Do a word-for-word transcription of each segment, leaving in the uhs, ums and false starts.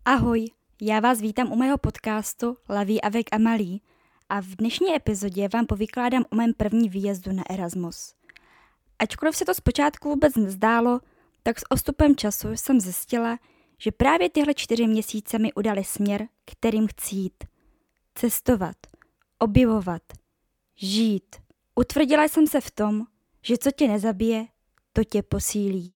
Ahoj, já vás vítám u mého podcastu La vie avec Amalie a v dnešní epizodě vám povykládám o mém první výjezdu na Erasmus. Ačkoliv se to zpočátku vůbec nezdálo, tak s odstupem času jsem zjistila, že právě tyhle čtyři měsíce mi udali směr, kterým chci jít. Cestovat, objevovat, žít. Utvrdila jsem se v tom, že co tě nezabije, to tě posílí.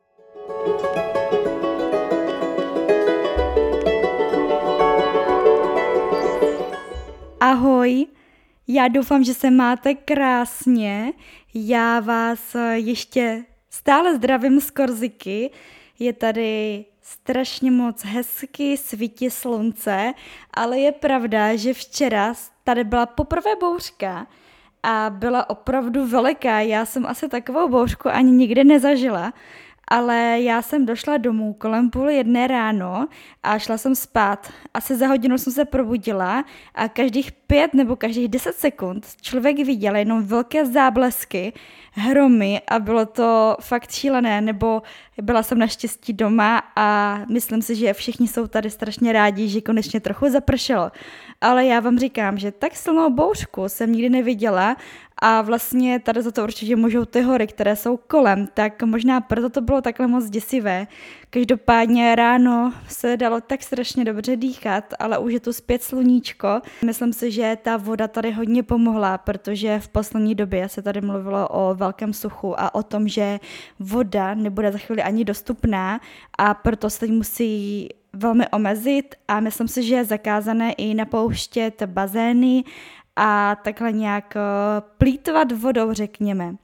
Ahoj, já doufám, že se máte krásně. Já vás ještě stále zdravím z Korziky. Je tady strašně moc hezky, svítí slunce, ale je pravda, že včera tady byla poprvé bouřka a byla opravdu veliká. Já jsem asi takovou bouřku ani nikdy nezažila. Ale já jsem došla domů kolem půl jedné ráno a šla jsem spát. Asi za hodinu jsem se probudila a každých pět nebo každých deset sekund člověk viděl jenom velké záblesky, hromy a bylo to fakt šílené, nebo byla jsem naštěstí doma a myslím si, že všichni jsou tady strašně rádi, že konečně trochu zapršelo. Ale já vám říkám, že tak silnou bouřku jsem nikdy neviděla a vlastně tady za to určitě můžou ty hory, které jsou kolem, tak možná proto to bylo takhle moc děsivé. Každopádně ráno se dalo tak strašně dobře dýchat, ale už je tu zpět sluníčko. Myslím si, že ta voda tady hodně pomohla, protože v poslední době se tady mluvilo o velkém suchu a o tom, že voda nebude za chvíli ani dostupná a proto se teď musí velmi omezit a myslím si, že je zakázané i napouštět bazény a takhle nějak plýtvat vodou, řekněme.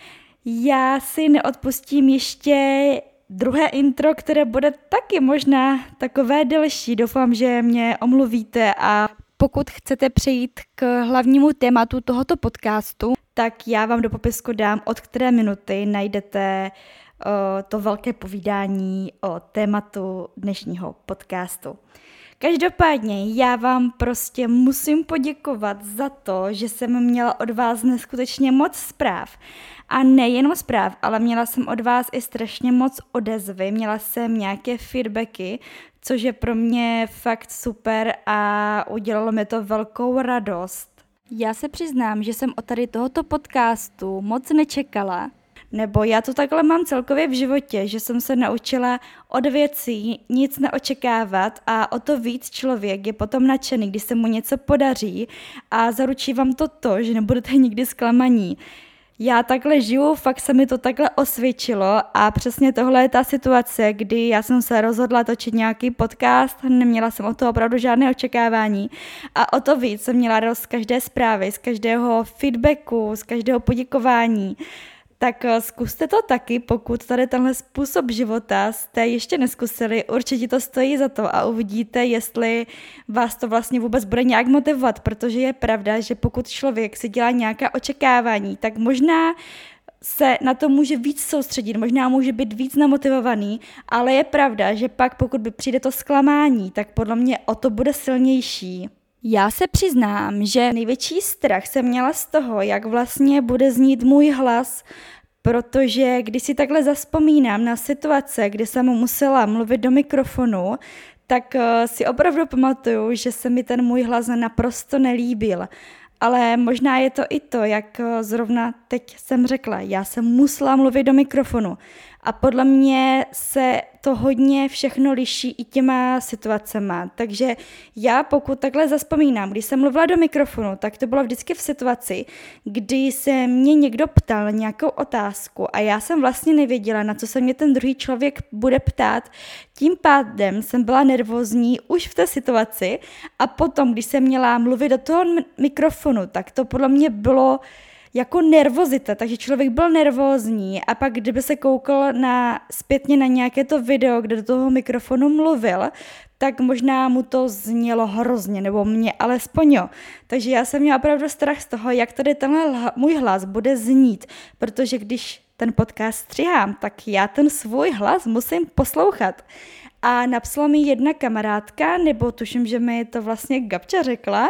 Já si neodpustím ještě druhé intro, které bude taky možná takové delší. Doufám, že mě omluvíte a pokud chcete přejít k hlavnímu tématu tohoto podcastu, tak já vám do popisku dám, od které minuty najdete uh, to velké povídání o tématu dnešního podcastu. Každopádně já vám prostě musím poděkovat za to, že jsem měla od vás neskutečně moc zpráv. A nejenom zpráv, ale měla jsem od vás i strašně moc odezvy, měla jsem nějaké feedbacky, což je pro mě fakt super a udělalo mi to velkou radost. Já se přiznám, že jsem od tady tohoto podcastu moc nečekala, nebo já to takhle mám celkově v životě, že jsem se naučila od věcí nic neočekávat a o to víc člověk je potom nadšený, když se mu něco podaří a zaručí vám to to, že nebudete nikdy zklamaní. Já takhle žiju, fakt se mi to takhle osvědčilo a přesně tohle je ta situace, kdy já jsem se rozhodla točit nějaký podcast, neměla jsem o to opravdu žádné očekávání a o to víc jsem měla radost z každé zprávy, z každého feedbacku, z každého poděkování. Tak zkuste to taky, pokud tady tenhle způsob života jste ještě neskusili, určitě to stojí za to a uvidíte, jestli vás to vlastně vůbec bude nějak motivovat, protože je pravda, že pokud člověk si dělá nějaká očekávání, tak možná se na to může víc soustředit, možná může být víc namotivovaný, ale je pravda, že pak pokud by přijde to zklamání, tak podle mě o to bude silnější. Já se přiznám, že největší strach jsem měla z toho, jak vlastně bude znít můj hlas, protože když si takhle zavzpomínám na situace, kdy jsem musela mluvit do mikrofonu, tak si opravdu pamatuju, že se mi ten můj hlas naprosto nelíbil. Ale možná je to i to, jak zrovna teď jsem řekla, já jsem musela mluvit do mikrofonu. A podle mě se to hodně všechno liší i těma situacema. Takže já pokud takhle zavzpomínám, když jsem mluvila do mikrofonu, tak to bylo vždycky v situaci, kdy se mě někdo ptal nějakou otázku a já jsem vlastně nevěděla, na co se mě ten druhý člověk bude ptát. Tím pádem jsem byla nervózní už v té situaci a potom, když jsem měla mluvit do toho mikrofonu, tak to podle mě bylo jako nervozita, takže člověk byl nervózní a pak kdyby se koukal na, zpětně na nějaké to video, kde do toho mikrofonu mluvil, tak možná mu to znělo hrozně, nebo mě alespoň jo. Takže já jsem měla opravdu strach z toho, jak tady tenhle můj hlas bude znít, protože když ten podcast střihám, tak já ten svůj hlas musím poslouchat. a napsala mi jedna kamarádka, nebo tuším, že mi to vlastně Gabča řekla,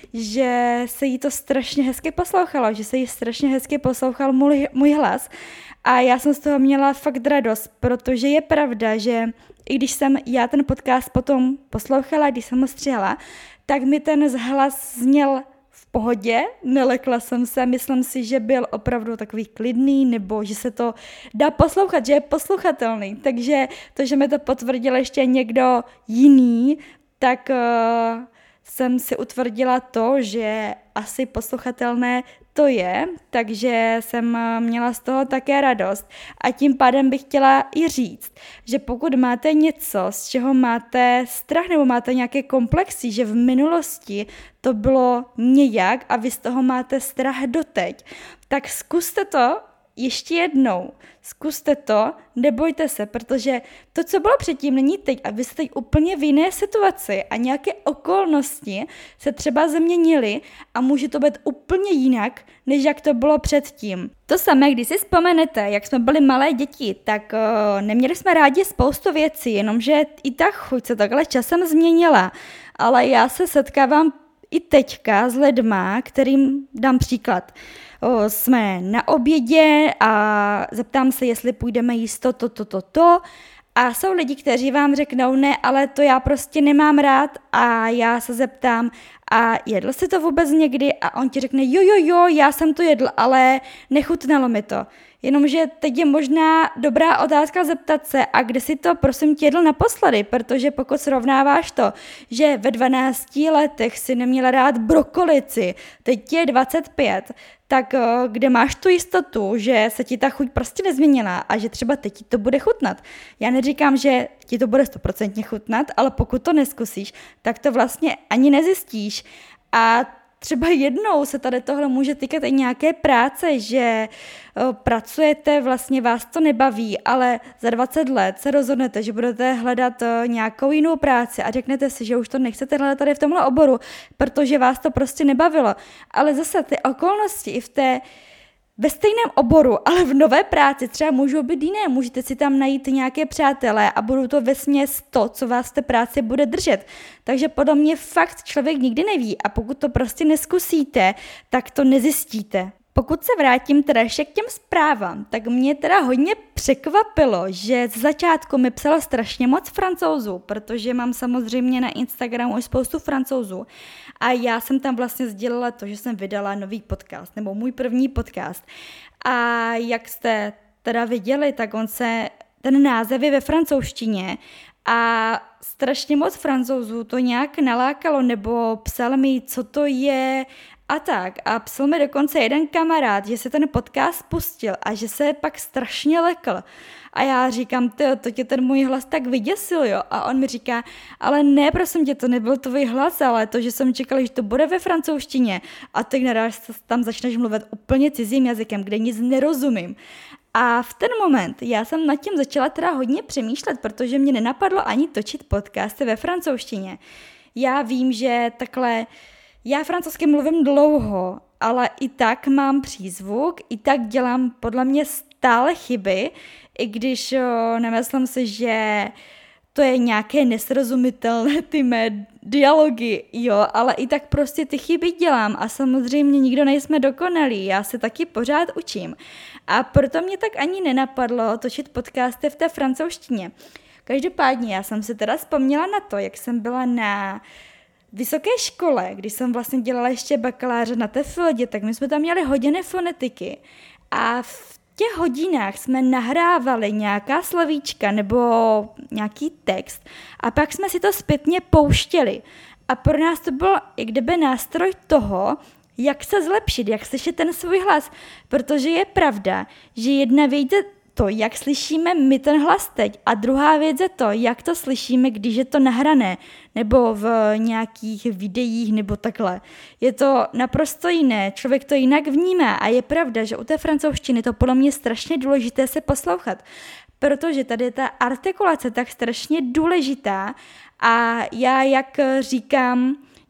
že se jí to strašně hezky poslouchalo, že se jí strašně hezky poslouchal můj, můj hlas a já jsem z toho měla fakt radost, protože je pravda, že i když jsem já ten podcast potom poslouchala, když jsem ho stříhala, tak mi ten hlas zněl v pohodě, nelekla jsem se, myslím si, že byl opravdu takový klidný, nebo že se to dá poslouchat, že je poslouchatelný, takže to, že mi to potvrdil ještě někdo jiný, tak uh, jsem si utvrdila to, že asi poslouchatelné to je, takže jsem měla z toho také radost. A tím pádem bych chtěla i říct, že pokud máte něco, z čeho máte strach nebo máte nějaké komplexy, že v minulosti to bylo nějak a vy z toho máte strach doteď, tak zkuste to ještě jednou. Zkuste to, nebojte se, protože to, co bylo předtím, není teď a vy jste teď úplně v jiné situaci a nějaké okolnosti se třeba změnily a může to být úplně jinak, než jak to bylo předtím. To samé, když si vzpomenete, jak jsme byli malé děti, tak uh, neměli jsme rádi spoustu věcí, jenomže i ta chuť se takhle časem změnila, ale já se setkávám i teďka s lidma, kterým dám příklad. O, jsme na obědě a zeptám se, jestli půjdeme jíst to, to, to, to, to. A jsou lidi, kteří vám řeknou, ne, ale to já prostě nemám rád a já se zeptám, a jedl jsi to vůbec někdy? A on ti řekne, jo, jo, jo, já jsem to jedl, ale nechutnalo mi to. Jenomže teď je možná dobrá otázka zeptat se, a kde jsi to prosím tě jedl naposledy, protože pokud srovnáváš to, že ve dvanácti letech si neměla rád brokolici, teď je dvacet pět, tak kde máš tu jistotu, že se ti ta chuť prostě nezměnila a že třeba teď ti to bude chutnat. Já neříkám, že ti to bude stoprocentně chutnat, ale pokud to neskusíš, tak to vlastně ani nezjistíš. A třeba jednou se tady tohle může týkat i nějaké práce, že o, pracujete, vlastně vás to nebaví, ale za dvacet let se rozhodnete, že budete hledat o, nějakou jinou práci a řeknete si, že už to nechcete hledat tady v tomhle oboru, protože vás to prostě nebavilo. Ale zase ty okolnosti i v té ve stejném oboru, ale v nové práci třeba můžou být jiné, můžete si tam najít nějaké přátelé a budou to vesměs to, co vás v té práci bude držet. Takže podle mě fakt člověk nikdy neví a pokud to prostě neskusíte, tak to nezjistíte. Pokud se vrátím teda ještě k těm zprávám, tak mě teda hodně překvapilo, že z začátku mi psalo strašně moc Francouzů, protože mám samozřejmě na Instagramu už spoustu Francouzů a já jsem tam vlastně sdělila to, že jsem vydala nový podcast, nebo můj první podcast. A jak jste teda viděli, tak on se, ten název je ve francouzštině a strašně moc Francouzů to nějak nalákalo, nebo psal mi, co to je a tak. A psal mi dokonce jeden kamarád, že se ten podcast pustil a že se pak strašně lekl. A já říkám, tyjo, to tě ten můj hlas tak vyděsil, jo. A on mi říká, ale ne, prosím tě, to nebyl tvůj hlas, ale to, že jsem čekala, že to bude ve francouzštině. A teď nadáš tam začneš mluvit úplně cizím jazykem, kde nic nerozumím. A v ten moment já jsem nad tím začala teda hodně přemýšlet, protože mě nenapadlo ani točit podcasty ve francouzštině. Já vím, že takhle, já francouzsky mluvím dlouho, ale i tak mám přízvuk, i tak dělám podle mě stále chyby, i když o, nemyslím si, že to je nějaké nesrozumitelné ty mé dialogy, jo, ale i tak prostě ty chyby dělám a samozřejmě nikdo nejsme dokonalí, já se taky pořád učím. A proto mě tak ani nenapadlo točit podcasty v té francouzštině. Každopádně já jsem si teda vzpomněla na to, jak jsem byla na vysoké škole, když jsem vlastně dělala ještě bakaláře na té fildě, tak my jsme tam měli hodiny fonetiky a v těch hodinách jsme nahrávali nějaká slovíčka nebo nějaký text a pak jsme si to zpětně pouštěli. A pro nás to byl jak kdyby nástroj toho, jak se zlepšit, jak slyšet ten svůj hlas. Protože je pravda, že jedna věc je to, jak slyšíme my ten hlas teď a druhá věc je to, jak to slyšíme, když je to nahrané nebo v nějakých videích nebo takhle. Je to naprosto jiné, člověk to jinak vnímá a je pravda, že u té francouzštiny to podle mě strašně důležité se poslouchat, protože tady je ta artikulace tak strašně důležitá a já jak říkám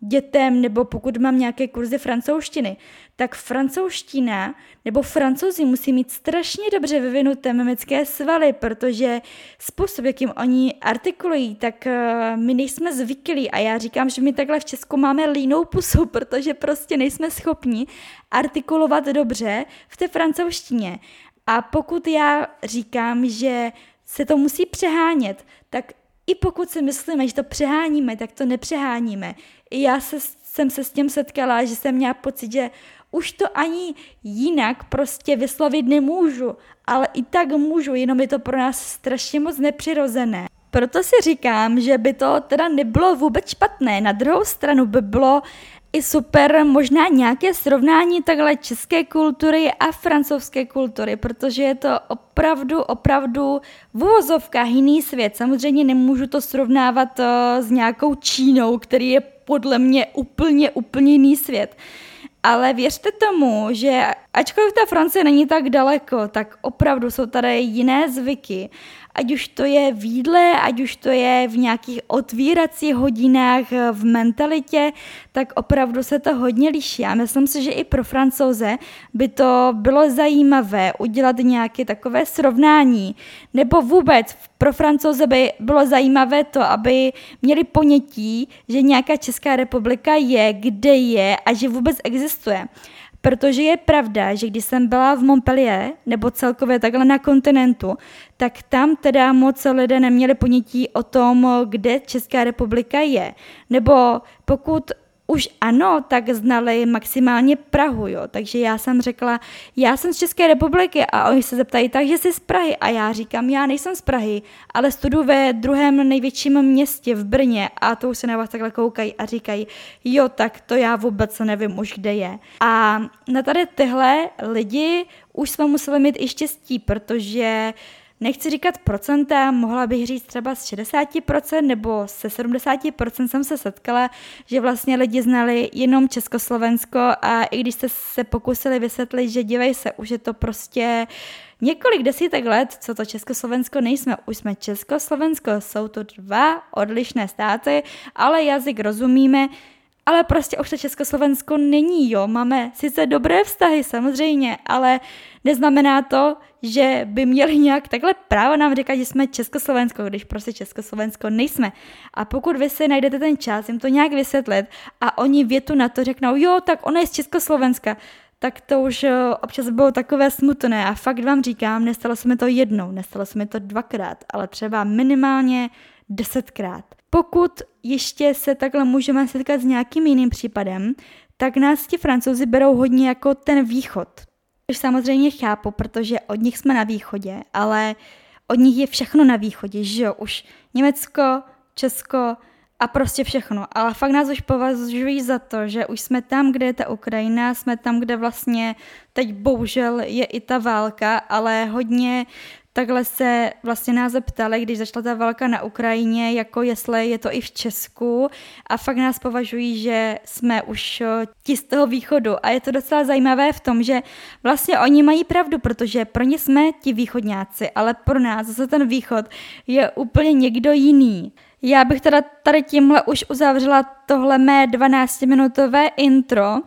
dětem, nebo pokud mám nějaké kurzy francouzštiny, tak francouzština nebo Francouzi musí mít strašně dobře vyvinuté mimické svaly, protože způsob, jakým oni artikulují, tak uh, my nejsme zvyklí a já říkám, že my takhle v Česku máme línou pusu, protože prostě nejsme schopni artikulovat dobře v té francouzštině. A pokud já říkám, že se to musí přehánět, tak i pokud si myslíme, že to přeháníme, tak to nepřeháníme. I já se, jsem se s tím setkala, že jsem měla pocit, že už to ani jinak prostě vyslovit nemůžu, ale i tak můžu, jenom je to pro nás strašně moc nepřirozené. Proto si říkám, že by to teda nebylo vůbec špatné. Na druhou stranu by bylo i super možná nějaké srovnání takhle české kultury a francouzské kultury, protože je to opravdu, opravdu v uvozovkách jiný svět. Samozřejmě nemůžu to srovnávat s nějakou Čínou, který je podle mě úplně, úplně jiný svět. Ale věřte tomu, že ačkoliv ta Francie není tak daleko, tak opravdu jsou tady jiné zvyky. Ať už to je v jídle, ať už to je v nějakých otvíracích hodinách, v mentalitě, tak opravdu se to hodně liší. A myslím si, že i pro Francouze by to bylo zajímavé udělat nějaké takové srovnání. Nebo vůbec pro Francouze by bylo zajímavé to, aby měli ponětí, že nějaká Česká republika je, kde je a že vůbec existuje. Protože je pravda, že když jsem byla v Montpellier, nebo celkově takhle na kontinentu, tak tam teda moc lidé neměli ponětí o tom, kde Česká republika je. Nebo pokud už ano, tak znali maximálně Prahu, jo. Takže já jsem řekla, já jsem z České republiky a oni se zeptají, takže jsi z Prahy. A já říkám, já nejsem z Prahy, ale studuji ve druhém největším městě v Brně a to už se na vás takhle koukají a říkají, jo, tak to já vůbec nevím už, kde je. A na tady tyhle lidi už jsme museli mít i štěstí, protože nechci říkat procenta, mohla bych říct třeba z šedesát procent nebo se sedmdesát procent jsem se setkala, že vlastně lidi znali jenom Československo a i když jste se pokusili vysvětlit, že dívej se, už je to prostě několik desítek let, co to Československo nejsme, už jsme Československo, jsou to dva odlišné státy, ale jazyk rozumíme, ale prostě už to Československo není, jo, máme sice dobré vztahy samozřejmě, ale neznamená to, že by měli nějak takhle právo nám říkat, že jsme Československo, když prostě Československo nejsme. A pokud vy si najdete ten čas jim to nějak vysvětlit a oni větu na to řeknou, jo, tak ona je z Československa, tak to už občas bylo takové smutné a fakt vám říkám, nestalo se mi to jednou, nestalo se mi to dvakrát, ale třeba minimálně desetkrát. Pokud ještě se takhle můžeme setkat s nějakým jiným případem, tak nás ti Francouzi berou hodně jako ten východ. Což samozřejmě chápu, protože od nich jsme na východě, ale od nich je všechno na východě, že jo, už Německo, Česko a prostě všechno. Ale fakt nás už považují za to, že už jsme tam, kde je ta Ukrajina, jsme tam, kde vlastně teď bohužel je i ta válka, ale hodně takhle se vlastně nás zeptali, když začala ta válka na Ukrajině, jako jestli je to i v Česku a fakt nás považují, že jsme už ti z toho východu a je to docela zajímavé v tom, že vlastně oni mají pravdu, protože pro ně jsme ti východňáci, ale pro nás zase ten východ je úplně někdo jiný. Já bych teda tady tímhle už uzavřela tohle mé dvanáctiminutové intro,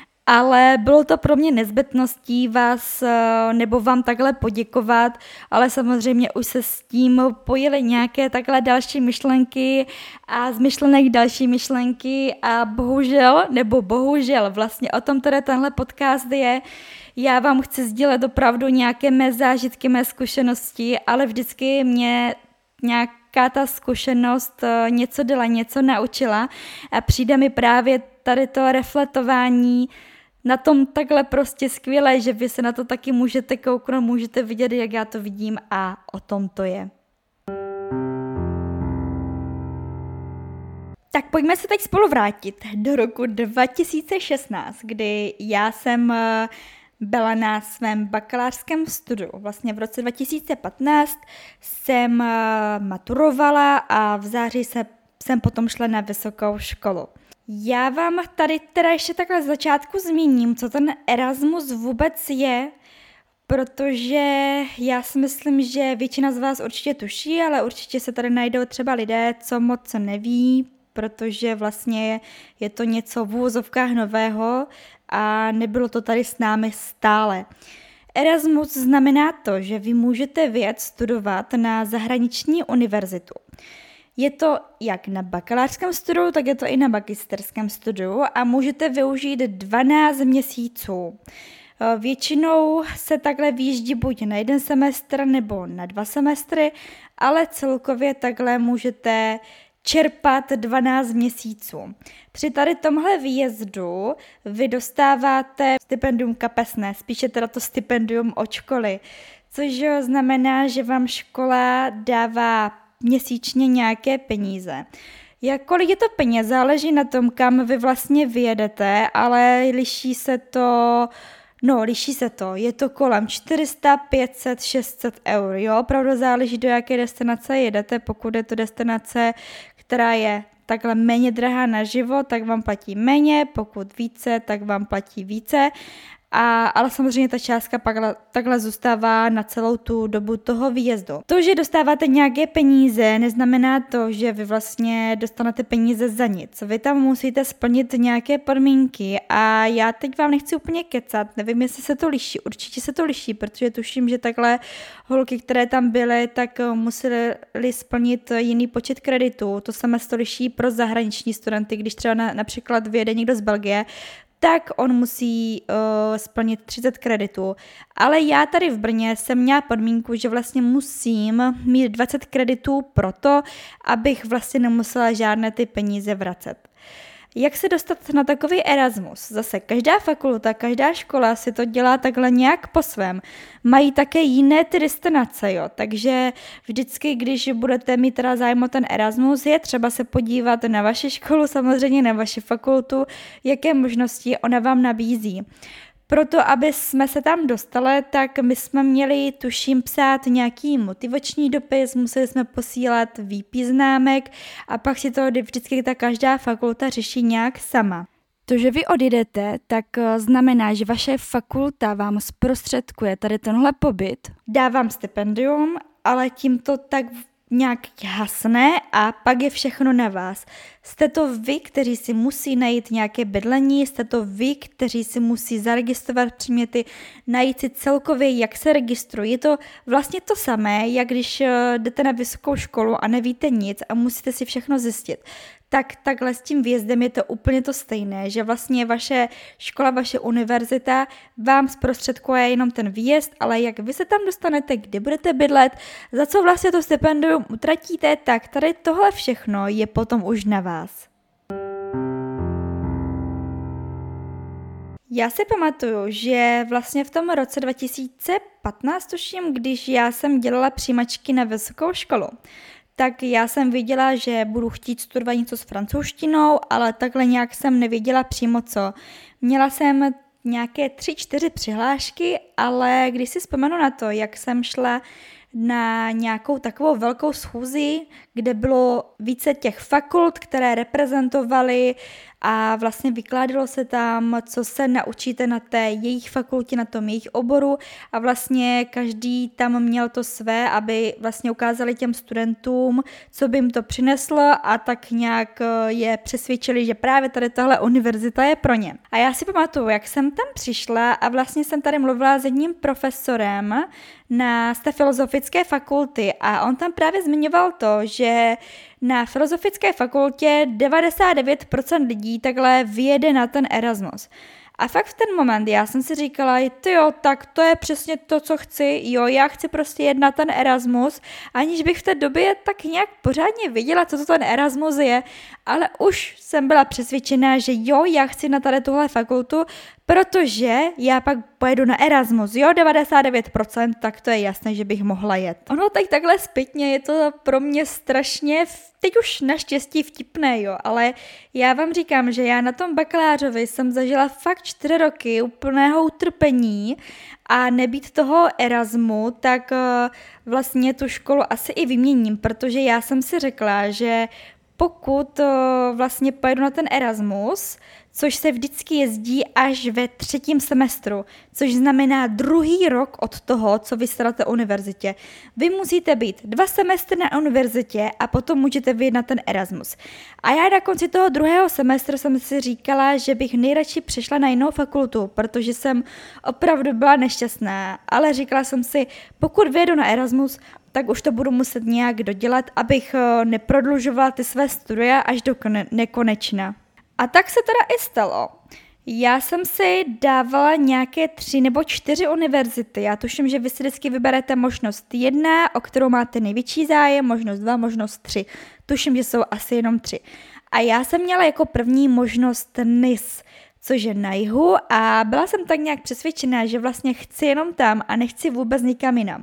ale bylo to pro mě nezbytností vás nebo vám takhle poděkovat, ale samozřejmě už se s tím pojily nějaké takhle další myšlenky a z myšlenek další myšlenky a bohužel, nebo bohužel, vlastně o tom teda tenhle podcast je, já vám chci sdělit opravdu nějaké mé zážitky, mé zkušenosti, ale vždycky mě nějaká ta zkušenost něco dala, něco naučila a přijde mi právě tady to refletování na tom takhle prostě skvělé, že vy se na to taky můžete kouknout, můžete vidět, jak já to vidím a o tom to je. Tak pojďme se teď spolu vrátit do roku dva tisíce šestnáct, kdy já jsem byla na svém bakalářském studiu. Vlastně v roce dva tisíce patnáct jsem maturovala a v září se, jsem potom šla na vysokou školu. Já vám tady teda ještě takhle z začátku zmíním, co ten Erasmus vůbec je, protože já si myslím, že většina z vás určitě tuší, ale určitě se tady najdou třeba lidé, co moc neví, protože vlastně je, je to něco v úvozovkách nového a nebylo to tady s námi stále. Erasmus znamená to, že vy můžete vyjet studovat na zahraniční univerzitu. Je to jak na bakalářském studiu, tak je to i na magisterském studiu a můžete využít dvanáct měsíců. Většinou se takhle vyjíždí buď na jeden semestr nebo na dva semestry, ale celkově takhle můžete čerpat dvanáct měsíců. Při tady tomhle výjezdu vy dostáváte stipendium kapesné, spíše teda to stipendium od školy, což znamená, že vám škola dává měsíčně nějaké peníze. Jakkoliv je to peněz, záleží na tom, kam vy vlastně vyjedete, ale liší se to, no liší se to, je to kolem čtyři sta, pět set, šest set eur, jo, opravdu záleží, do jaké destinace jedete, pokud je to destinace, která je takhle méně drahá na život, tak vám platí méně, pokud více, tak vám platí více. A, ale samozřejmě ta částka pak takhle zůstává na celou tu dobu toho výjezdu. To, že dostáváte nějaké peníze, neznamená to, že vy vlastně dostanete peníze za nic. Vy tam musíte splnit nějaké podmínky a já teď vám nechci úplně kecat, nevím, jestli se to liší, určitě se to liší, protože tuším, že takhle holky, které tam byly, tak museli splnit jiný počet kreditů. To samé se to liší pro zahraniční studenty, když třeba na, například vyjede někdo z Belgie, tak on musí uh, splnit třicet kreditů. Ale já tady v Brně jsem měla podmínku, že vlastně musím mít dvacet kreditů proto, abych vlastně nemusela žádné ty peníze vracet. Jak se dostat na takový Erasmus? Zase každá fakulta, každá škola si to dělá takhle nějak po svém. Mají také jiné ty destinace, jo. Takže vždycky, když budete mít teda zájem o ten Erasmus, je třeba se podívat na vaši školu, samozřejmě na vaši fakultu, jaké možnosti ona vám nabízí. Proto, aby jsme se tam dostali, tak my jsme měli, tuším, psát nějaký motivační dopis, museli jsme posílat výpis známek a pak si to vždycky ta každá fakulta řeší nějak sama. To, že vy odjedete, tak znamená, že vaše fakulta vám zprostředkuje tady tenhle pobyt, dá vám stipendium, ale tím to tak nějak hasne a pak je všechno na vás. Jste to vy, kteří si musí najít nějaké bydlení, jste to vy, kteří si musí zaregistrovat předměty, najít si celkově, jak se registrují. Je to vlastně to samé, jak když jdete na vysokou školu a nevíte nic a musíte si všechno zjistit. Tak takhle s tím výjezdem je to úplně to stejné, že vlastně vaše škola, vaše univerzita vám zprostředkuje jenom ten výjezd, ale jak vy se tam dostanete, kdy budete bydlet, za co vlastně to stipendium utratíte, tak tady tohle všechno je potom už na vás. Já si pamatuju, že vlastně v tom roce dva tisíce patnáct, tuším, když já jsem dělala přijímačky na vysokou školu, tak já jsem věděla, že budu chtít studovat něco s francouzštinou, ale takhle nějak jsem nevěděla přímo co. Měla jsem nějaké tři, čtyři přihlášky, ale když si vzpomenu na to, jak jsem šla na nějakou takovou velkou schůzi, kde bylo více těch fakult, které reprezentovaly a vlastně vykládalo se tam, co se naučíte na té jejich fakultě, na tom jejich oboru a vlastně každý tam měl to své, aby vlastně ukázali těm studentům, co by jim to přineslo a tak nějak je přesvědčili, že právě tady tahle univerzita je pro ně. A já si pamatuju, jak jsem tam přišla a vlastně jsem tady mluvila s jedním profesorem na z té filozofické fakulty a on tam právě zmiňoval to, že na filozofické fakultě devadesát devět procent lidí takhle vyjede na ten Erasmus. A fakt v ten moment já jsem si říkala, tyjo, tak to je přesně to, co chci, jo, já chci prostě jet na ten Erasmus, aniž bych v té době tak nějak pořádně věděla, co to ten Erasmus je, ale už jsem byla přesvědčená, že jo, já chci na tady tuhle fakultu, protože já pak pojedu na Erasmus, jo, devadesát devět procent, tak to je jasné, že bych mohla jet. Ono tak takhle zpětně je to pro mě strašně, teď už naštěstí vtipné, jo, ale já vám říkám, že já na tom bakalářovi jsem zažila fakt čtyři roky úplného utrpení a nebýt toho Erasmu, tak vlastně tu školu asi i vyměním, protože já jsem si řekla, že pokud uh, vlastně pojedu na ten Erasmus, což se vždycky jezdí až ve třetím semestru, což znamená druhý rok od toho, co vy jste na té univerzitě. Vy musíte být dva semestry na univerzitě a potom můžete vyjet na ten Erasmus. A já na konci toho druhého semestru jsem si říkala, že bych nejradši přešla na jinou fakultu, protože jsem opravdu byla nešťastná, ale říkala jsem si, pokud vyjedu na Erasmus, tak už to budu muset nějak dodělat, abych neprodlužovala ty své studia až do nekonečna. A tak se teda i stalo. Já jsem si dávala nějaké tři nebo čtyři univerzity. Já tuším, že vy si vždycky vyberete možnost jedna, o kterou máte největší zájem, možnost dva, možnost tři. Tuším, že jsou asi jenom tři. A já jsem měla jako první možnost N I S, což je na jihu, a byla jsem tak nějak přesvědčená, že vlastně chci jenom tam a nechci vůbec nikam jinam.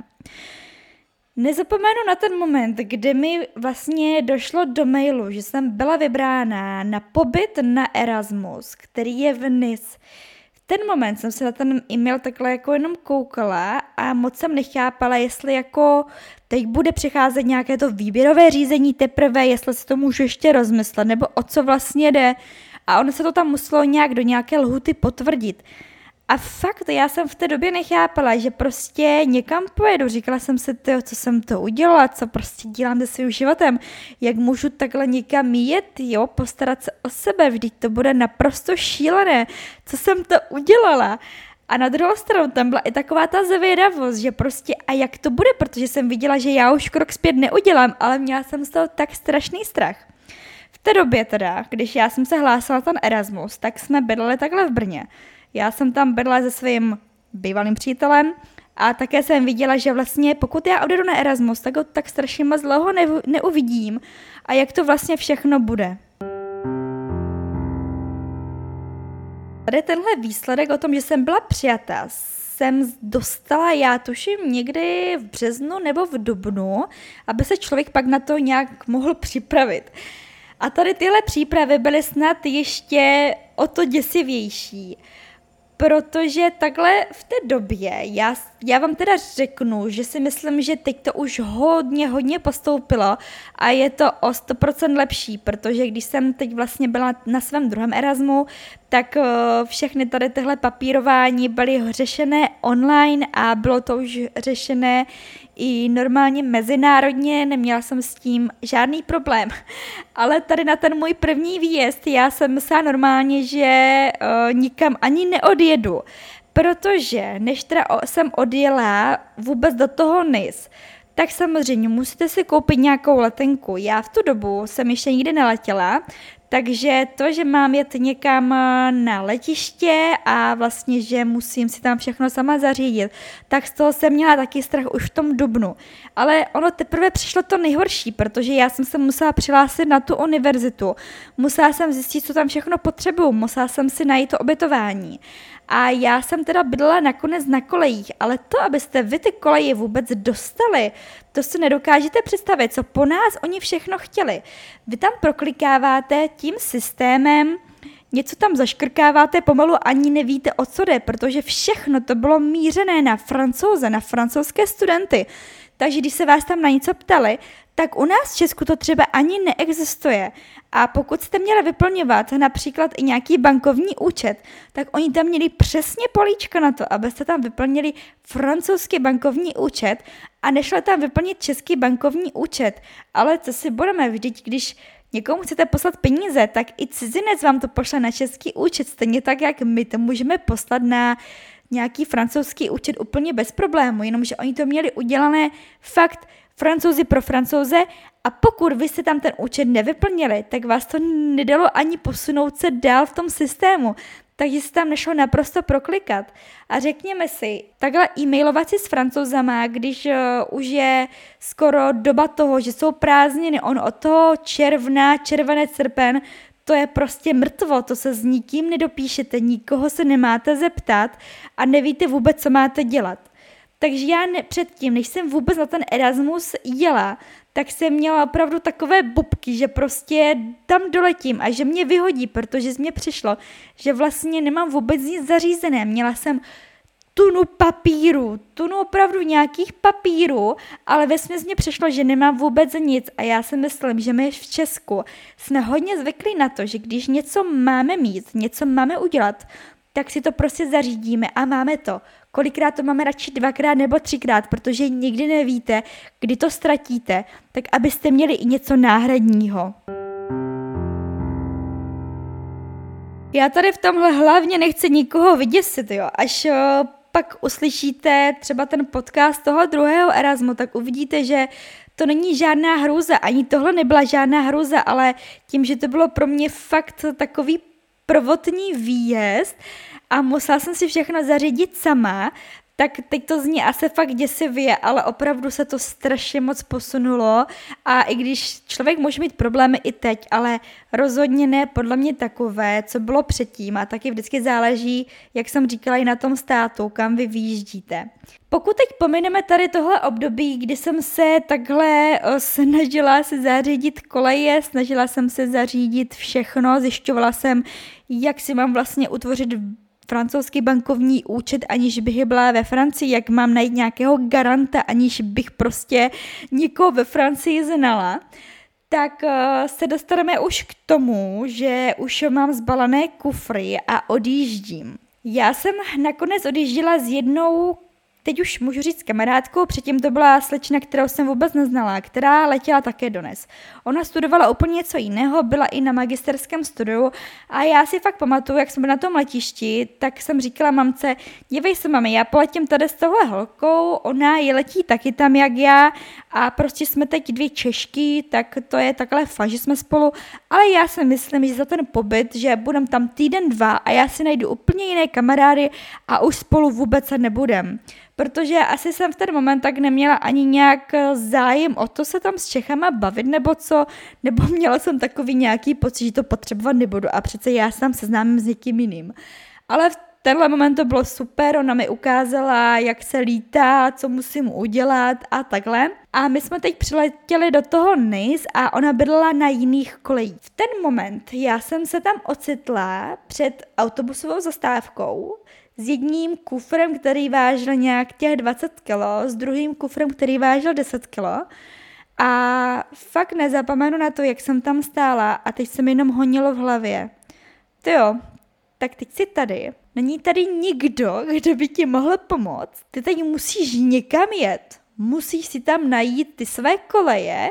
Nezapomenu na ten moment, kdy mi vlastně došlo do mailu, že jsem byla vybrána na pobyt na Erasmus, který je v Nice. V ten moment jsem se na ten e-mail takhle jako jenom koukala a moc jsem nechápala, jestli jako teď bude přicházet nějaké to výběrové řízení teprve, jestli si to můžu ještě rozmyslet, nebo o co vlastně jde. A ono se to tam muselo nějak do nějaké lhuty potvrdit. A fakt, já jsem v té době nechápala, že prostě někam pojedu. Říkala jsem si, tyjo, co jsem to udělala, co prostě dělám se svým životem, jak můžu takhle někam jet, jo, postarat se o sebe, vždyť to bude naprosto šílené, co jsem to udělala. A na druhou stranu tam byla i taková ta zvědavost, že prostě a jak to bude, protože jsem viděla, že já už krok zpět neudělám, ale měla jsem z toho tak strašný strach. V té době teda, když já jsem se hlásila ten Erasmus, tak jsme bydleli takhle v Brně. Já jsem tam bydlela se svým bývalým přítelem a také jsem viděla, že vlastně pokud já odjedu na Erasmus, tak ho tak strašně moc dlouho ne- neuvidím a jak to vlastně všechno bude. Tady tenhle výsledek o tom, že jsem byla přijata, jsem dostala, já tuším, někdy v březnu nebo v dubnu, aby se člověk pak na to nějak mohl připravit. A tady tyhle přípravy byly snad ještě o to děsivější. Protože takhle v té době, já, já vám teda řeknu, že si myslím, že teď to už hodně, hodně postoupilo a je to o sto procent lepší, protože když jsem teď vlastně byla na svém druhém Erasmu, tak všechny tady tyhle papírování byly řešené online a bylo to už řešené i normálně mezinárodně, neměla jsem s tím žádný problém. Ale tady na ten můj první výjezd já jsem myslela normálně, že uh, nikam ani neodjedu, protože než teda jsem odjela vůbec do toho N I S, tak samozřejmě musíte si koupit nějakou letenku. Já v tu dobu jsem ještě nikdy neletěla, takže to, že mám jet někam na letiště a vlastně, že musím si tam všechno sama zařídit, tak z toho jsem měla taky strach už v tom dubnu. Ale ono teprve přišlo to nejhorší, protože já jsem se musela přihlásit na tu univerzitu. Musela jsem zjistit, co tam všechno potřebuju, musela jsem si najít to ubytování. A já jsem teda bydlela nakonec na kolejích, ale to, abyste vy ty koleje vůbec dostali, to si nedokážete představit, co po nás oni všechno chtěli. Vy tam proklikáváte tím systémem, něco tam zaškrkáváte, pomalu ani nevíte, o co jde, protože všechno to bylo mířené na Francouze, na francouzské studenty. Takže když se vás tam na něco ptali, tak u nás v Česku to třeba ani neexistuje. A pokud jste měli vyplňovat například i nějaký bankovní účet, tak oni tam měli přesně políčko na to, abyste tam vyplnili francouzský bankovní účet a nešli tam vyplnit český bankovní účet. Ale co si budeme, vždyť když někomu chcete poslat peníze, tak i cizinec vám to pošle na český účet, stejně tak, jak my to můžeme poslat na nějaký francouzský účet úplně bez problému, jenomže oni to měli udělané fakt Francouzi pro Francouze a pokud vy jste tam ten účet nevyplnili, tak vás to nedalo ani posunout se dál v tom systému, takže se tam nešlo naprosto proklikat. A řekněme si, takhle e-mailovat si s Francouzama, když uh, už je skoro doba toho, že jsou prázdniny, on od toho června, červenec, srpen, to je prostě mrtvo, to se s nikým nedopíšete, nikoho se nemáte zeptat a nevíte vůbec, co máte dělat. Takže já ne, předtím, než jsem vůbec na ten Erasmus jela, tak jsem měla opravdu takové bubky, že prostě tam doletím a že mě vyhodí, protože z mě přišlo, že vlastně nemám vůbec nic zařízené. Měla jsem tunu papíru, tunu opravdu nějakých papírů, ale vesměs mě přešlo, že nemám vůbec nic a já si myslím, že my v Česku jsme hodně zvyklí na to, že když něco máme mít, něco máme udělat, tak si to prostě zařídíme a máme to. Kolikrát to máme radši dvakrát nebo třikrát, protože nikdy nevíte, kdy to ztratíte, tak abyste měli i něco náhradního. Já tady v tomhle hlavně nechci nikoho vyděsit, jo. Až uh, pak uslyšíte třeba ten podcast toho druhého Erasmu, tak uvidíte, že to není žádná hrůza, ani tohle nebyla žádná hrůza, ale tím, že to bylo pro mě fakt takový prvotní výjezd a musela jsem si všechno zařídit sama, tak teď to zní asi fakt děsivě, ale opravdu se to strašně moc posunulo a i když člověk může mít problémy i teď, ale rozhodně ne podle mě takové, co bylo předtím a taky vždycky záleží, jak jsem říkala, i na tom státu, kam vy vyjíždíte. Pokud teď pomineme tady tohle období, kdy jsem se takhle snažila se zařídit koleje, snažila jsem se zařídit všechno, zjišťovala jsem, jak si mám vlastně utvořit francouzský bankovní účet, aniž bych byla ve Francii, jak mám najít nějakého garanta, aniž bych prostě někoho ve Francii znala, tak uh, se dostaneme už k tomu, že už mám zbalené kufry a odjíždím. Já jsem nakonec odjížděla s jednou, teď už můžu říct kamarádkou, předtím to byla slečna, kterou jsem vůbec neznala, která letěla také do N E S. Ona studovala úplně něco jiného, byla i na magisterském studiu a já si fakt pamatuju, jak jsme byli na tom letišti, tak jsem říkala mamce, dívej se mami, já poletím tady s tohle holkou, ona je letí taky tam jak já a prostě jsme teď dvě Češky, tak to je takhle fajn, že jsme spolu, ale já si myslím, že za ten pobyt, že budem tam týden, dva a já si najdu úplně jiné kamarády a už spolu vůbec se nebudem. Protože asi jsem v ten moment tak neměla ani nějak zájem o to se tam s Čechama bavit nebo co, nebo měla jsem takový nějaký pocit, že to potřebovat nebudu a přece já se tam seznámím s někým jiným. Ale v tenhle moment to bylo super, ona mi ukázala, jak se lítá, co musím udělat a takhle. A my jsme teď přiletěli do toho N I C a ona bydlela na jiných kolejích. V ten moment já jsem se tam ocitla před autobusovou zastávkou, s jedním kufrem, který vážil nějak těch dvacet kilo, s druhým kufrem, který vážil deset kilo. A fakt nezapomenu na to, jak jsem tam stála a teď se mi jenom honilo v hlavě. Tyjo, tak teď si tady. Není tady nikdo, kdo by ti mohl pomoct. Ty teď musíš někam jet. Musíš si tam najít ty své koleje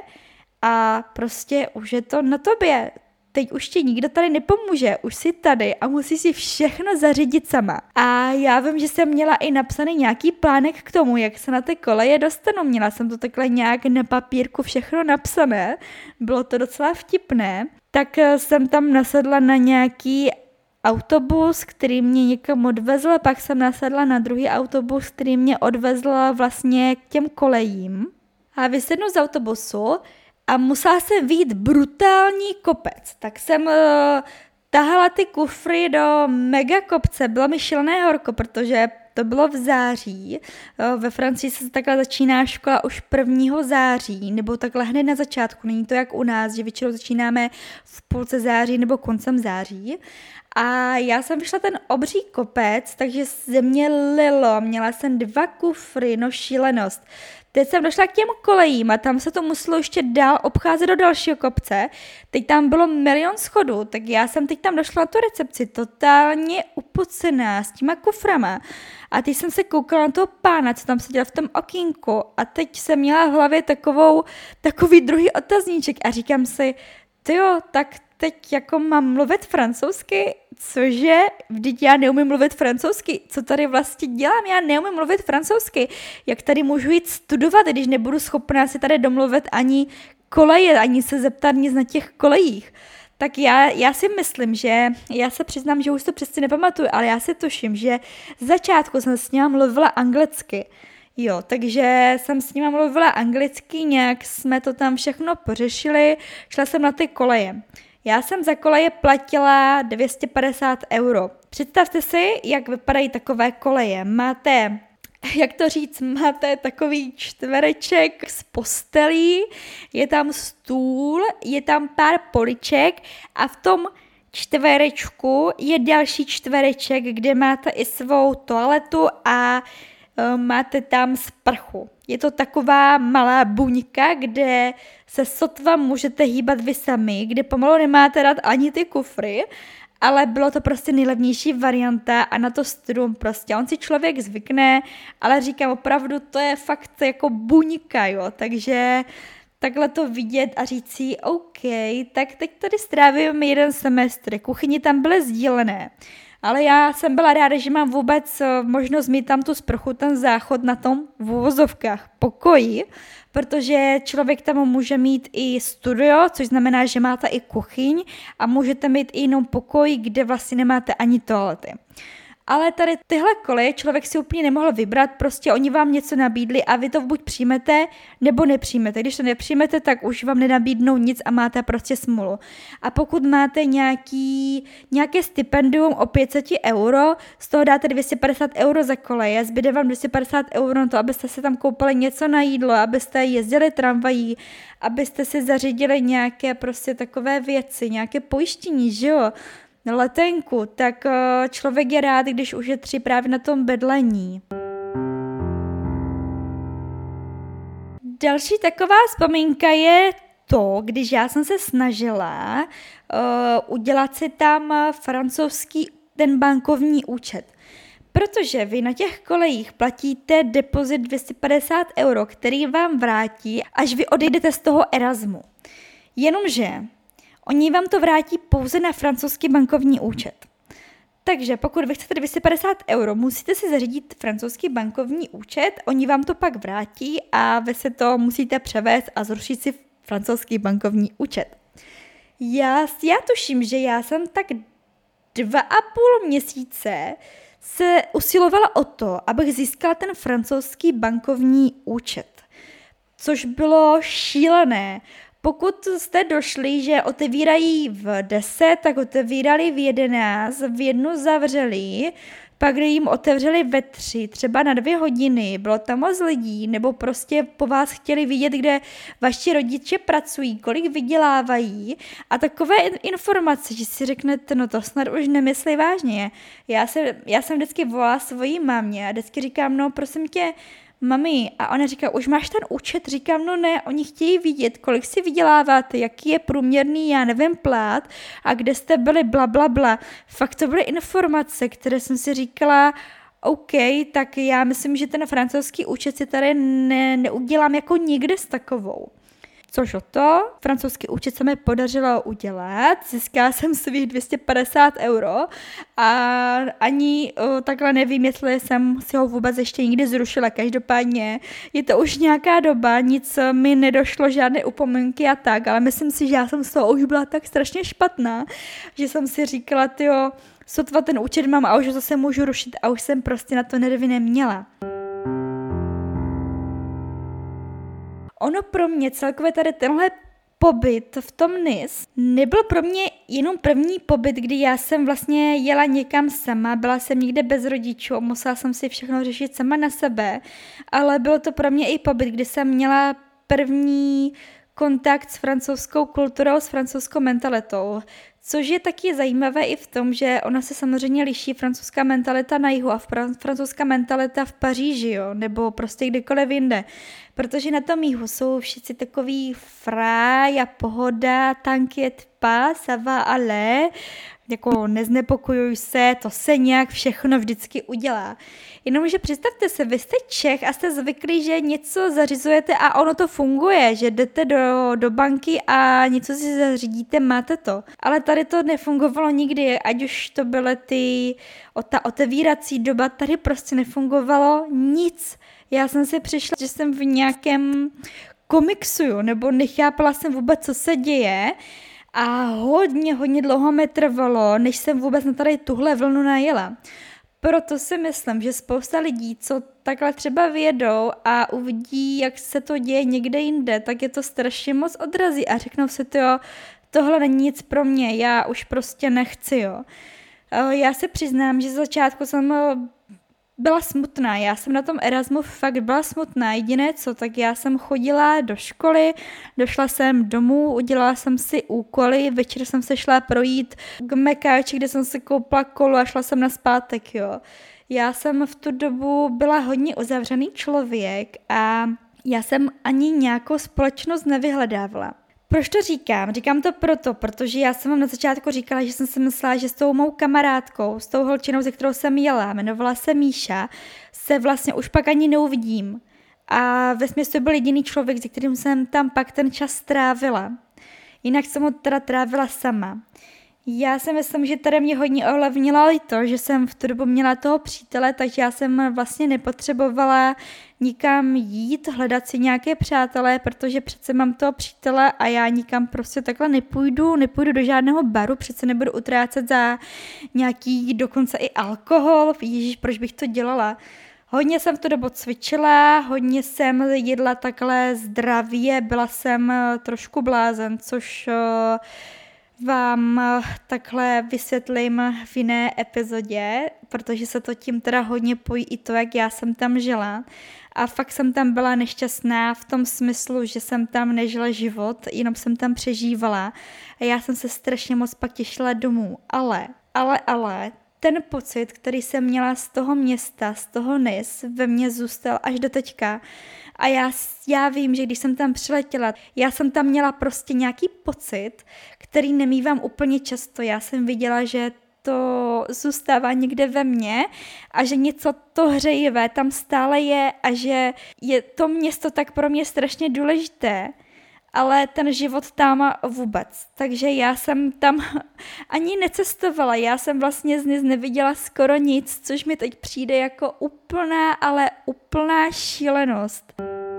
a prostě už je to na tobě. Teď už ti nikdo tady nepomůže, už jsi tady a musíš si všechno zařídit sama. A já vím, že jsem měla i napsaný nějaký plánek k tomu, jak se na ty koleje dostanu. Měla jsem to takhle nějak na papírku všechno napsané, bylo to docela vtipné. Tak jsem tam nasedla na nějaký autobus, který mě někam odvezl, pak jsem nasedla na druhý autobus, který mě odvezl vlastně k těm kolejím. A vysednu z autobusu a musela jsem vyjít brutální kopec, tak jsem uh, tahala ty kufry do mega kopce, bylo mi šílené horko, protože to bylo v září, uh, ve Francii se takhle začíná škola už prvního září, nebo takhle hned na začátku, není to jak u nás, že většinou začínáme v půlce září nebo koncem září. A já jsem vyšla ten obří kopec, takže ze mě lilo, měla jsem dva kufry, no šílenost. Teď jsem došla k těm kolejím a tam se to muselo ještě dál obcházet do dalšího kopce. Teď tam bylo milion schodů, tak já jsem teď tam došla na tu recepci totálně upocená s těma kuframa. A teď jsem se koukala na toho pána, co tam seděl v tom okýnku a teď jsem měla v hlavě takovou, takový druhý otazníček a říkám si, tyjo, tak teď jako mám mluvit francouzsky, cože? Vždyť já neumím mluvit francouzsky. Co tady vlastně dělám? Já neumím mluvit francouzsky. Jak tady můžu jít studovat, když nebudu schopná si tady domluvit ani koleje, ani se zeptat nic na těch kolejích? Tak já, já si myslím, že, já se přiznám, že už to přesně nepamatuju, ale já si tuším, že z začátku jsem s ním mluvila anglicky. Jo, takže jsem s nima mluvila anglicky, nějak jsme to tam všechno pořešili, šla jsem na ty koleje. Já jsem za koleje platila dvě stě padesát euro. Představte si, jak vypadají takové koleje. Máte, jak to říct, máte takový čtvereček z postelí, je tam stůl, je tam pár poliček a v tom čtverečku je další čtvereček, kde máte i svou toaletu a uh, máte tam sprchu. Je to taková malá buňka, kde se sotva můžete hýbat vy sami, kde pomalu nemáte rád ani ty kufry, ale bylo to prostě nejlevnější varianta a na to strum prostě. On si člověk zvykne, ale říkám opravdu, to je fakt jako buňka, jo, takže takhle to vidět a říct si, OK, tak teď tady strávím jeden semestr, kuchyni tam byly sdílené, ale já jsem byla ráda, že mám vůbec možnost mít tam tu sprchu, ten záchod na tom v uvozovkách pokoji, protože člověk tam může mít i studio, což znamená, že máte i kuchyň a můžete mít i jinou pokoj, kde vlastně nemáte ani toalety. Ale tady tyhle koleje člověk si úplně nemohl vybrat, prostě oni vám něco nabídli a vy to buď přijmete, nebo nepřijmete. Když to nepřijmete, tak už vám nenabídnou nic a máte prostě smůlu. A pokud máte nějaký, nějaké stipendium o pět set euro, z toho dáte dvě stě padesát euro za koleje, zbyde vám dvě stě padesát euro na to, abyste si tam koupili něco na jídlo, abyste jezdili tramvají, abyste si zařídili nějaké prostě takové věci, nějaké pojištění, že jo? Letenku, tak člověk je rád, když ušetří právě na tom bydlení. Další taková vzpomínka je to, když já jsem se snažila uh, udělat si tam francouzský ten bankovní účet. Protože vy na těch kolejích platíte depozit dvě stě padesát euro, který vám vrátí, až vy odejdete z toho Erasmu. Jenomže oni vám to vrátí pouze na francouzský bankovní účet. Takže pokud vy chcete dvě stě padesát euro, musíte si zařídit francouzský bankovní účet, oni vám to pak vrátí a vy se to musíte převést a zrušit si francouzský bankovní účet. Já, já tuším, že já jsem tak dva a půl měsíce se usilovala o to, abych získala ten francouzský bankovní účet, což bylo šílené. Pokud jste došli, že otevírají v deset, tak otevírali v jedenáct, v jednu zavřeli, pak jim otevřeli ve tři, třeba na dvě hodiny, bylo tam moc lidí, nebo prostě po vás chtěli vidět, kde vaši rodiče pracují, kolik vydělávají a takové informace, že si řeknete, no to snad už nemyslí vážně. Já, se, já jsem vždycky volala svojí mámě a vždycky říkám, no prosím tě, mami, a ona říká, už máš ten účet? Říkám, no ne, oni chtějí vidět, kolik si vyděláváte, jaký je průměrný, já nevím, plát a kde jste byli, bla, bla, bla. Fakt to byly informace, které jsem si říkala, OK, tak já myslím, že ten francouzský účet si tady ne, neudělám jako nikdy s takovou. Což o to, francouzský účet se mi podařilo udělat, získala jsem svých dvě stě padesát euro a ani o, takhle nevím, jestli jsem si ho vůbec ještě nikdy zrušila, každopádně je to už nějaká doba, nic mi nedošlo, žádné upomínky a tak, ale myslím si, že já jsem z toho už byla tak strašně špatná, že jsem si říkala, tyjo, sotva ten účet mám a už ho zase můžu rušit a už jsem prostě na to nervy neměla. Ono pro mě celkově tady tenhle pobyt v tom Nice nebyl pro mě jenom první pobyt, kdy já jsem vlastně jela někam sama, byla jsem někde bez rodičů, musela jsem si všechno řešit sama na sebe, ale bylo to pro mě i pobyt, kdy jsem měla první kontakt s francouzskou kulturou, s francouzskou mentalitou, což je taky zajímavé i v tom, že ona se samozřejmě liší francouzská mentalita na jihu a francouzská mentalita v Paříži, jo, nebo prostě kdekoliv jinde. Protože na tom jihu jsou všichni takový fráj a pohoda, t'inquiète pas, ça va aller, jako neznepokojuj se, to se nějak všechno vždycky udělá. Jenomže představte se, vy jste Čech a jste zvyklí, že něco zařizujete a ono to funguje, že jdete do, do banky a něco si zařídíte, máte to. Ale tady to nefungovalo nikdy, ať už to byly ty, o ta otevírací doba, tady prostě nefungovalo nic. Já jsem si přišla, že jsem v nějakém komiksu, jo, nebo nechápala jsem vůbec, co se děje. A hodně, hodně dlouho mi trvalo, než jsem vůbec na tady tuhle vlnu najela. Proto si myslím, že spousta lidí, co takhle třeba vyjedou a uvidí, jak se to děje někde jinde, tak je to strašně moc odrazí a řeknou si to, jo, tohle není nic pro mě, já už prostě nechci, jo. Já se přiznám, že z začátku jsem byla smutná. Já jsem na tom Erasmu fakt byla smutná. Jediné co, tak já jsem chodila do školy, došla jsem domů, udělala jsem si úkoly, večer jsem se šla projít k Mekáči, kde jsem si koupila kolo a šla jsem na zpátek, jo. Já jsem v tu dobu byla hodně uzavřený člověk a já jsem ani nějakou společnost nevyhledávala. Proč to říkám? Říkám to proto, protože já jsem vám na začátku říkala, že jsem si myslela, že s tou mou kamarádkou, s tou holčinou, se kterou jsem jela, jmenovala se Míša, se vlastně už pak ani neuvidím. A vesměs to byl jediný člověk, se kterým jsem tam pak ten čas strávila. Jinak jsem ho teda trávila sama. Já si myslím, že tady mě hodně ovlivnilo i to, že jsem v tu dobu měla toho přítele, takže já jsem vlastně nepotřebovala nikam jít, hledat si nějaké přátelé, protože přece mám toho přítele a já nikam prostě takhle nepůjdu, nepůjdu do žádného baru, přece nebudu utrácet za nějaký dokonce i alkohol, ježiš, proč bych to dělala. Hodně jsem v tu dobu cvičila, hodně jsem jedla takhle zdravě, byla jsem trošku blázen, což vám takhle vysvětlím v jiné epizodě, protože se to tím teda hodně pojí i to, jak já jsem tam žila. A fakt jsem tam byla nešťastná v tom smyslu, že jsem tam nežila život, jenom jsem tam přežívala. A já jsem se strašně moc pak těšila domů. Ale, ale, ale, ten pocit, který jsem měla z toho města, z toho Nice, ve mně zůstal až do teďka. A já, já vím, že když jsem tam přiletěla, já jsem tam měla prostě nějaký pocit, který nemívám úplně často. Já jsem viděla, že to zůstává někde ve mně a že něco to hřejivé tam stále je a že je to město tak pro mě strašně důležité, ale ten život tam vůbec. Takže já jsem tam ani necestovala, já jsem vlastně z Nice neviděla skoro nic, což mi teď přijde jako úplná, ale úplná šílenost.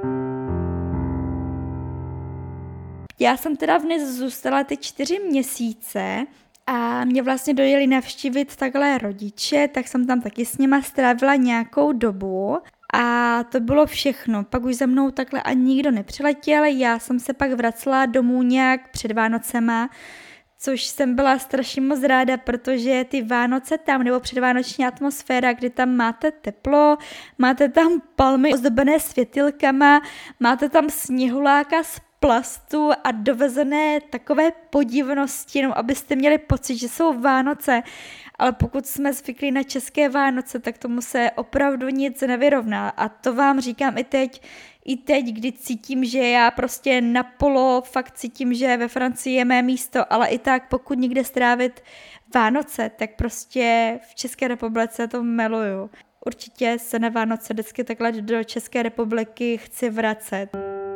Já jsem teda v Nice zůstala ty čtyři měsíce a mě vlastně dojeli navštívit takhle rodiče, tak jsem tam taky s nima strávila nějakou dobu. A to bylo všechno. Pak už za mnou takhle ani nikdo nepřiletěl, já jsem se pak vracela domů nějak před Vánocema, což jsem byla strašně moc ráda, protože ty Vánoce tam, nebo předvánoční atmosféra, kdy tam máte teplo, máte tam palmy ozdobené světilkama, máte tam sněhuláka z plastu a dovezené takové podivnosti, jenom abyste měli pocit, že jsou Vánoce. Ale pokud jsme zvyklí na české Vánoce, tak tomu se opravdu nic nevyrovná. A to vám říkám i teď, i teď, kdy cítím, že já prostě napolo fakt cítím, že ve Francii je mé místo, ale i tak, pokud někde strávit Vánoce, tak prostě v České republice to miluju. Určitě se na Vánoce vždycky takhle do České republiky chci vracet.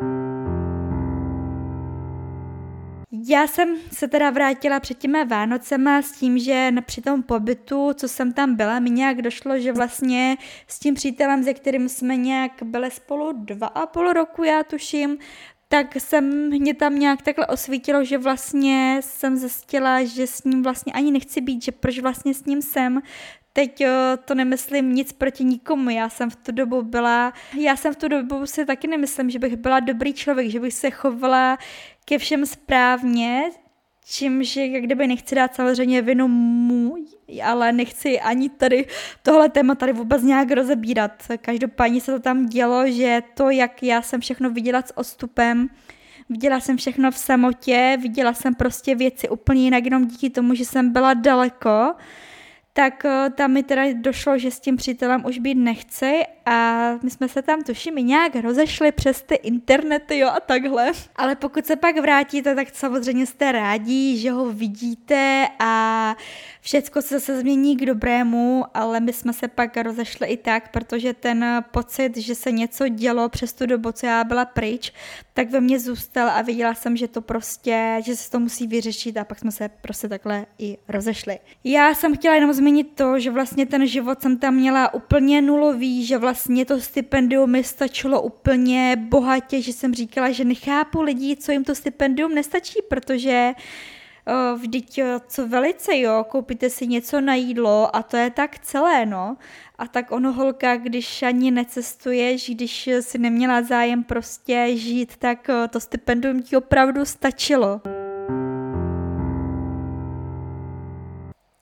Já jsem se teda vrátila před těmi Vánocema s tím, že při tom pobytu, co jsem tam byla, mi nějak došlo, že vlastně s tím přítelem, se kterým jsme nějak byli spolu dva a půl roku, já tuším, tak jsem mě tam nějak takhle osvítilo, že vlastně jsem zjistila, že s ním vlastně ani nechci být, že proč vlastně s ním jsem. Teď to nemyslím nic proti nikomu, já jsem v tu dobu byla, já jsem v tu dobu si taky nemyslím, že bych byla dobrý člověk, že bych se chovala ke všem správně, čímž jak kdyby nechci dát samozřejmě vinu můj, ale nechci ani tady tohle téma tady vůbec nějak rozebírat. Každopádně se to tam dělo, že to, jak já jsem všechno viděla s odstupem, viděla jsem všechno v samotě, viděla jsem prostě věci úplně jinak, jenom díky tomu, že jsem byla daleko, tak tam mi teda došlo, že s tím přítelem už být nechci a my jsme se tam tuším i nějak rozešli přes ty internety, jo, a takhle. Ale pokud se pak vrátíte, tak samozřejmě jste rádi, že ho vidíte a všecko se zase změní k dobrému, ale my jsme se pak rozešli i tak, protože ten pocit, že se něco dělo přes tu dobu, co já byla pryč, tak ve mně zůstal a viděla jsem, že to prostě, že se to musí vyřešit a pak jsme se prostě takhle i rozešli. Já jsem chtěla jenom zmínit to, že vlastně ten život jsem tam měla úplně nulový, že vlastně to stipendium mi stačilo úplně bohatě, že jsem říkala, že nechápu lidí, co jim to stipendium nestačí, protože uh, vždyť co velice, jo, koupíte si něco na jídlo a to je tak celé, no. A tak ono holka, když ani necestuješ, když si neměla zájem prostě žít, tak uh, to stipendium ti opravdu stačilo.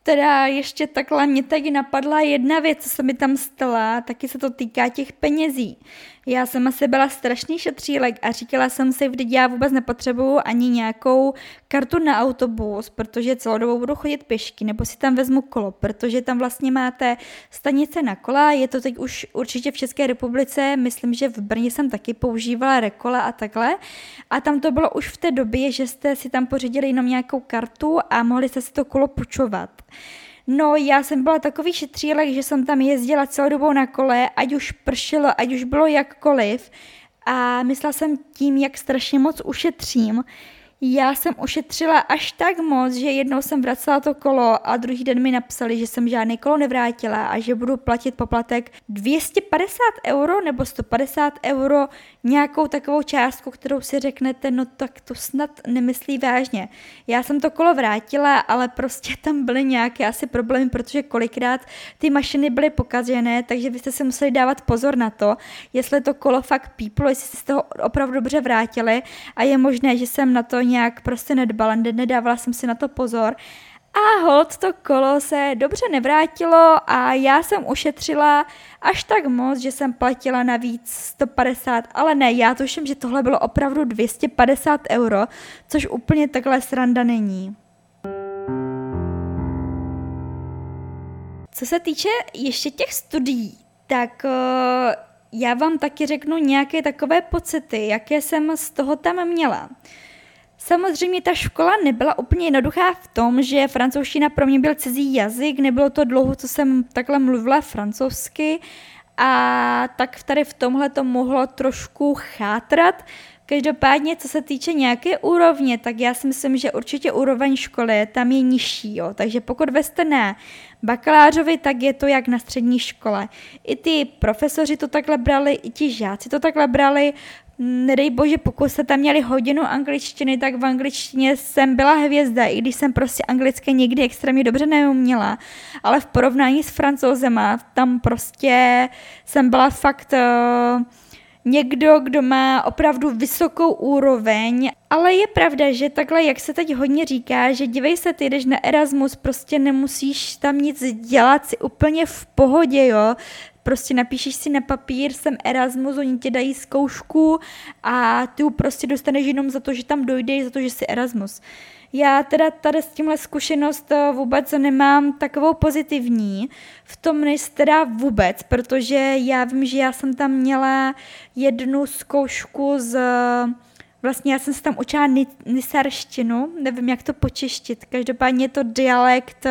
teda ještě takhle mě tady napadla jedna věc, co se mi tam stala, taky se to týká těch penězí. Já jsem asi byla strašný šetřílek a říkala jsem si, vždyť já vůbec nepotřebuju ani nějakou kartu na autobus, protože celou dobu budu chodit pěšky, nebo si tam vezmu kolo, protože tam vlastně máte stanice na kola, je to teď už určitě v České republice, myslím, že v Brně jsem taky používala Rekola a takhle. A tam to bylo už v té době, že jste si tam pořídili jenom nějakou kartu a mohli jste si to kolo půjčovat. No, já jsem byla takový šetřílek, že jsem tam jezdila celou dobou na kole, ať už pršelo, ať už bylo jakkoliv. A myslela jsem tím, jak strašně moc ušetřím. Já jsem ušetřila až tak moc, že jednou jsem vracela to kolo a druhý den mi napsali, že jsem žádné kolo nevrátila a že budu platit poplatek dvě stě padesát euro nebo sto padesát euro, nějakou takovou částku, kterou si řeknete, no tak to snad nemyslí vážně. Já jsem to kolo vrátila, ale prostě tam byly nějaké asi problémy, protože kolikrát ty mašiny byly pokažené, takže vy jste si museli dávat pozor na to, jestli to kolo fakt píplo, jestli jste z toho opravdu dobře vrátili a je možné, že jsem na to nějak prostě nedbala, nedávala jsem si na to pozor a hod to kolo se dobře nevrátilo a já jsem ušetřila až tak moc, že jsem platila navíc sto padesát, ale ne, já tuším, že tohle bylo opravdu dvě stě padesát euro, což úplně takhle sranda není. Co se týče ještě těch studií, tak uh, já vám taky řeknu nějaké takové pocity, jaké jsem z toho tam měla. Samozřejmě ta škola nebyla úplně jednoduchá v tom, že francouzština pro mě byl cizí jazyk, nebylo to dlouho, co jsem takhle mluvila francouzsky a tak tady v tomhle to mohlo trošku chátrat. Každopádně, co se týče nějaké úrovně, tak já si myslím, že určitě úroveň školy tam je nižší, jo. Takže pokud vy jste na bakalářovi, tak je to jak na střední škole. I ty profesoři to takhle brali, i ti žáci to takhle brali. Nedej bože, pokud jste tam měli hodinu angličtiny, tak v angličtině jsem byla hvězda, i když jsem prostě anglicky nikdy extrémně dobře neuměla, ale v porovnání s Francouzema, tam prostě jsem byla fakt uh, někdo, kdo má opravdu vysokou úroveň, ale je pravda, že takhle, jak se teď hodně říká, že dívej se, ty jdeš na Erasmus, prostě nemusíš tam nic dělat, si úplně v pohodě, jo. Prostě napíšeš si na papír, jsem Erasmus, oni ti dají zkoušku a ty prostě dostaneš jenom za to, že tam dojdeš, za to, že jsi Erasmus. Já teda tady s tímhle zkušenost vůbec nemám takovou pozitivní, v tom nejsem teda vůbec, protože já vím, že já jsem tam měla jednu zkoušku z... Vlastně já jsem se tam učila nisarštinu, nevím, jak to počeštit, každopádně je to dialekt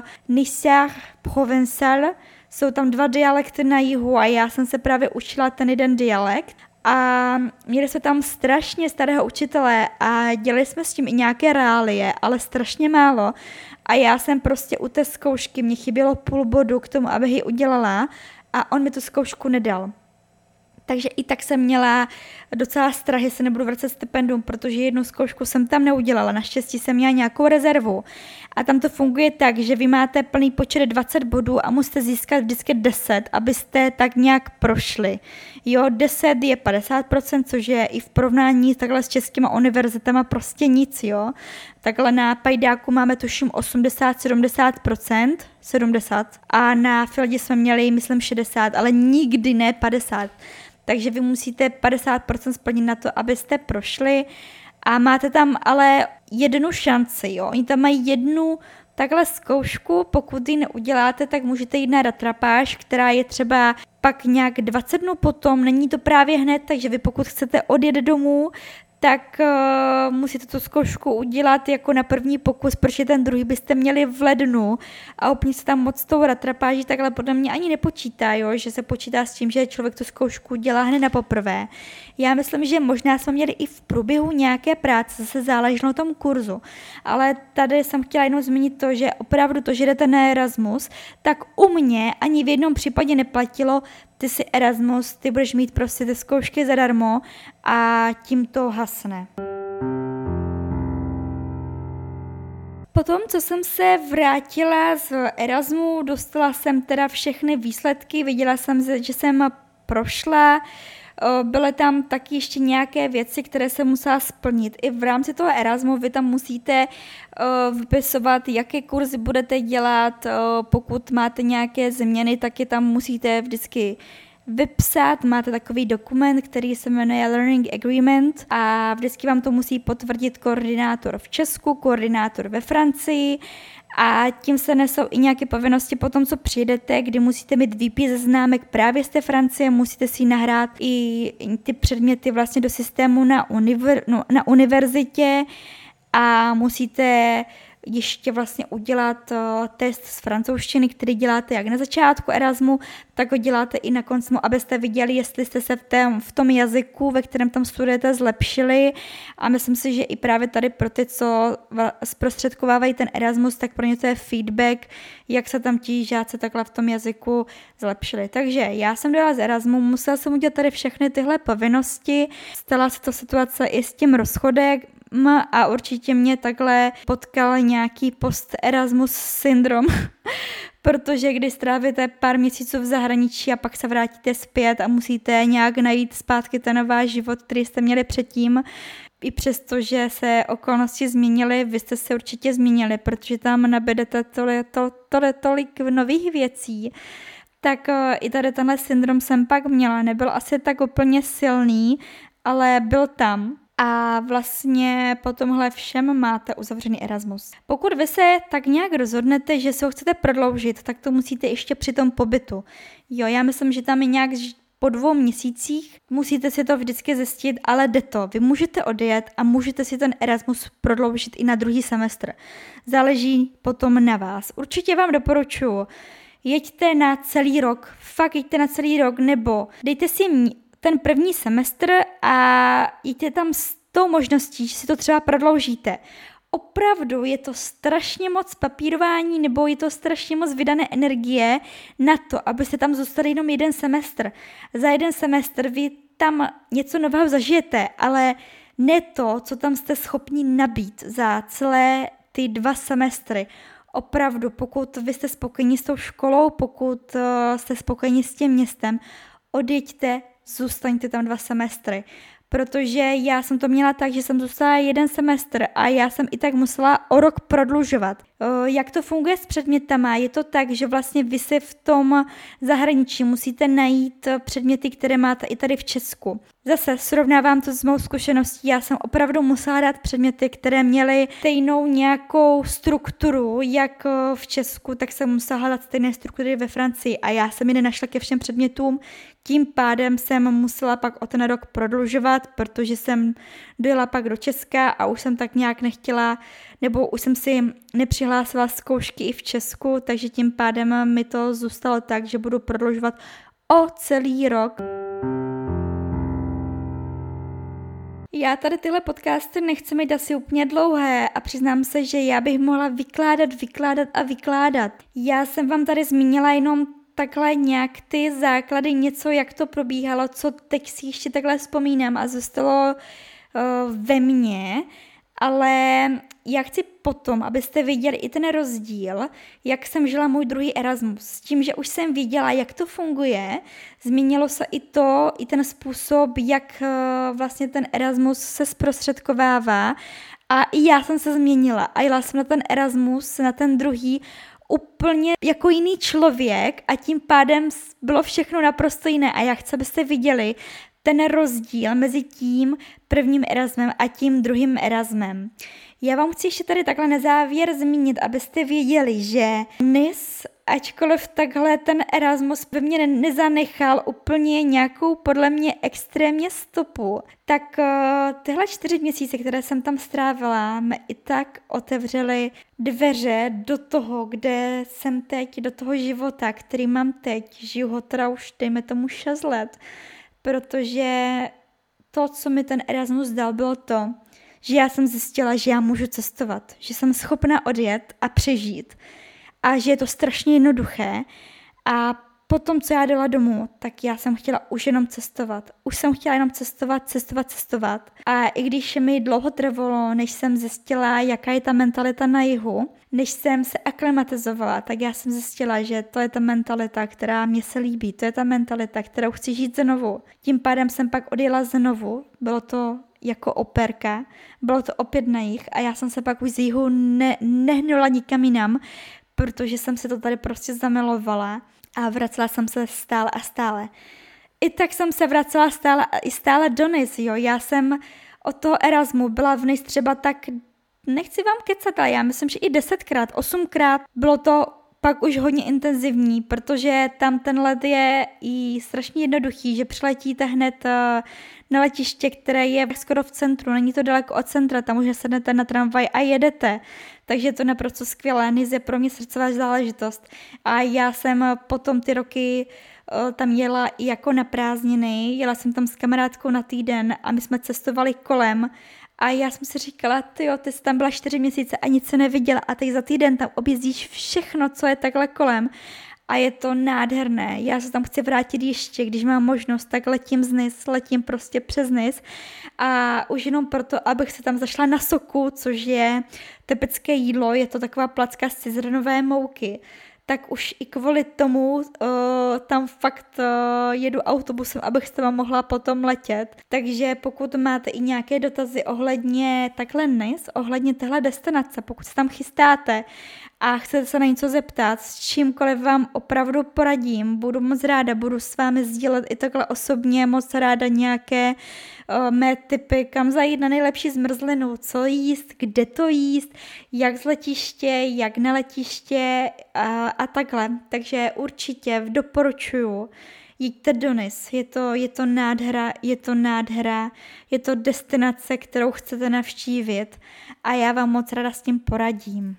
Nisar Provençal. Jsou tam dva dialekty na jihu a já jsem se právě učila ten jeden dialekt a měli jsme tam strašně starého učitele a dělali jsme s tím i nějaké reálie, ale strašně málo a já jsem prostě u té zkoušky, mě chybělo půl bodu k tomu, abych ji udělala a on mi tu zkoušku nedal. Takže i tak jsem měla docela strach, že se nebudu vracet stipendium, protože jednu zkoušku jsem tam neudělala. Naštěstí jsem měla nějakou rezervu. A tam to funguje tak, že vy máte plný počet dvacet bodů a musíte získat vždycky deset, abyste tak nějak prošli. Jo, deset je padesát procent, což je i v porovnání takhle s českýma univerzitama prostě nic, jo. Takhle na Pajdáku máme tuším osmdesát až sedmdesát procent, sedmdesát a na Fieldě jsme měli, myslím, šedesát, ale nikdy ne padesát. Takže vy musíte padesát procent splnit na to, abyste prošli a máte tam ale jednu šanci, jo. Oni tam mají jednu takhle zkoušku, pokud ji neuděláte, tak můžete jít na retrapáž, která je třeba pak nějak dvacet dnů potom, není to právě hned, takže vy pokud chcete odjet domů, tak uh, musíte tu zkoušku udělat jako na první pokus, protože ten druhý byste měli v lednu a úplně se tam moc tou retrapáží takhle podle mě ani nepočítá, jo? Že se počítá s tím, že člověk tu zkoušku dělá hned na poprvé. Já myslím, že možná jsme měli i v průběhu nějaké práce, zase záleželo na tom kurzu, ale tady jsem chtěla jenom zmínit to, že opravdu to, že jdete na Erasmus, tak u mě ani v jednom případě neplatilo, ty jsi Erasmus, ty budeš mít prostě ty zkoušky zadarmo a tím to hasne. Potom, co jsem se vrátila z Erasmu, dostala jsem teda všechny výsledky, viděla jsem, že jsem prošla, Byly tam taky ještě nějaké věci, které se musela splnit. I v rámci toho Erasmu vy tam musíte vypisovat, jaké kurzy budete dělat, pokud máte nějaké změny, tak je tam musíte vždycky vypsat, máte takový dokument, který se jmenuje Learning Agreement a vždycky vám to musí potvrdit koordinátor v Česku, koordinátor ve Francii a tím se nesou i nějaké povinnosti po tom, co přijdete, kdy musíte mít výpis známek právě z té Francie, musíte si nahrát i ty předměty vlastně do systému na, univer, no, na univerzitě a musíte ještě vlastně udělat uh, test z francouzštiny, který děláte jak na začátku Erasmu, tak ho děláte i na konci, abyste viděli, jestli jste se v, tém, v tom jazyku, ve kterém tam studujete, zlepšili. A myslím si, že i právě tady pro ty, co zprostředkovávají ten Erasmus, tak pro ně to je feedback, jak se tam ti žáci takhle v tom jazyku zlepšili. Takže já jsem dala z Erasmu, musela jsem udělat tady všechny tyhle povinnosti, stala se to situace i s tím rozchodem, a určitě mě takhle potkal nějaký post-Erasmus syndrom, protože když strávíte pár měsíců v zahraničí a pak se vrátíte zpět a musíte nějak najít zpátky ten váš život, který jste měli předtím, i přesto, že se okolnosti změnily, vy jste se určitě změnili, protože tam nabídete tolik, to, tolik, tolik nových věcí, tak i tady tenhle syndrom jsem pak měla. Nebyl asi tak úplně silný, ale byl tam. A vlastně po tomhle všem máte uzavřený Erasmus. Pokud vy se tak nějak rozhodnete, že se ho chcete prodloužit, tak to musíte ještě při tom pobytu. Jo, já myslím, že tam je nějak po dvou měsících, musíte si to vždycky zjistit, ale jde to. Vy můžete odjet a můžete si ten Erasmus prodloužit i na druhý semestr. Záleží potom na vás. Určitě vám doporučuji, jeďte na celý rok, fakt jeďte na celý rok, nebo dejte si ten první semestr a jděte tam s tou možností, že si to třeba prodloužíte. Opravdu je to strašně moc papírování nebo je to strašně moc vydané energie na to, abyste tam zůstali jenom jeden semestr. Za jeden semestr vy tam něco nového zažijete, ale ne to, co tam jste schopni nabít za celé ty dva semestry. Opravdu, pokud vy jste spokojeni s tou školou, pokud jste spokojeni s tím městem, odjeďte, zůstaňte tam dva semestry, protože já jsem to měla tak, že jsem zůstala jeden semestr a já jsem i tak musela o rok prodlužovat. Jak to funguje s předmětama? Je to tak, že vlastně vy si v tom zahraničí musíte najít předměty, které máte i tady v Česku. Zase srovnávám to s mou zkušeností, já jsem opravdu musela dát předměty, které měly stejnou nějakou strukturu, jak v Česku, tak jsem musela hledat stejné struktury ve Francii a já jsem ji nenašla ke všem předmětům, tím pádem jsem musela pak o ten rok prodlužovat, protože jsem dojela pak do Česka a už jsem tak nějak nechtěla, nebo už jsem si nepřihlásila zkoušky i v Česku, takže tím pádem mi to zůstalo tak, že budu prodlužovat o celý rok. Já tady tyhle podcasty nechci mít asi úplně dlouhé a přiznám se, že já bych mohla vykládat, vykládat a vykládat. Já jsem vám tady zmínila jenom takhle nějak ty základy, něco, jak to probíhalo, co teď si ještě takhle vzpomínám a zůstalo uh, ve mně, ale já chci potom, abyste viděli i ten rozdíl, jak jsem žila můj druhý Erasmus. S tím, že už jsem viděla, jak to funguje, změnilo se i to, i ten způsob, jak uh, vlastně ten Erasmus se zprostředkovává a i já jsem se změnila a jela jsem na ten Erasmus, na ten druhý, úplně jako jiný člověk a tím pádem bylo všechno naprosto jiné a já chci, abyste viděli ten rozdíl mezi tím prvním Erasmem a tím druhým Erasmem. Já vám chci ještě tady takhle na závěr zmínit, abyste věděli, že N I S, ačkoliv takhle ten Erasmus by mě nezanechal úplně nějakou podle mě extrémně stopu, tak uh, tyhle čtyři měsíce, které jsem tam strávila, mě i tak otevřely dveře do toho, kde jsem teď, do toho života, který mám teď. Žiju ho teda už, dejme tomu šest let, protože to, co mi ten Erasmus dal, bylo to, že já jsem zjistila, že já můžu cestovat, že jsem schopna odjet a přežít a že je to strašně jednoduché a potom, co já dala domů, tak já jsem chtěla už jenom cestovat. Už jsem chtěla jenom cestovat, cestovat, cestovat. A i když mi dlouho trvalo, než jsem zjistila, jaká je ta mentalita na jihu, než jsem se aklimatizovala, tak já jsem zjistila, že to je ta mentalita, která mě se líbí. To je ta mentalita, kterou chci žít znovu. Tím pádem jsem pak odjela znovu. Bylo to jako operka. Bylo to opět na jih a já jsem se pak už z jihu ne- nehnula nikam jinam, protože jsem se to tady prostě zamilovala a vracela jsem se stále a stále. I tak jsem se vracela stále i stále do Nice, jo. Já jsem od toho Erasmu byla v Nice třeba tak, nechci vám kecat, ale já myslím, že i desetkrát, osmkrát. Bylo to pak už hodně intenzivní, protože tam ten let je i strašně jednoduchý, že přiletíte hned na letiště, které je skoro v centru, není to daleko od centra, tam už sednete na tramvaj a jedete, takže je to naprosto skvělé. Nice je pro mě srdcová záležitost a já jsem potom ty roky tam jela i jako na prázdniny, jela jsem tam s kamarádkou na týden a my jsme cestovali kolem a já jsem si říkala, tyjo, ty jsi tam byla čtyři měsíce a nic se neviděla a teď za týden tam objezdíš všechno, co je takhle kolem a je to nádherné. Já se tam chci vrátit ještě, když mám možnost, tak letím z Nice, letím prostě přes Nice a už jenom proto, abych se tam zašla na soku, což je typické jídlo, je to taková placka z cizrnové mouky, tak už i kvůli tomu uh, tam fakt uh, jedu autobusem, abych s teba mohla potom letět. Takže pokud máte i nějaké dotazy ohledně takhle Nice, ohledně téhle destinace, pokud se tam chystáte a chcete se na něco zeptat, s čímkoliv vám opravdu poradím, budu moc ráda, budu s vámi sdílet i takhle osobně, moc ráda nějaké uh, mé tipy, kam zajít na nejlepší zmrzlinu, co jíst, kde to jíst, jak z letiště, jak na letiště a, a takhle. Takže určitě doporučuju, jděte do Nice, je to, je to nádhera, je to nádhera, je to destinace, kterou chcete navštívit a já vám moc ráda s tím poradím.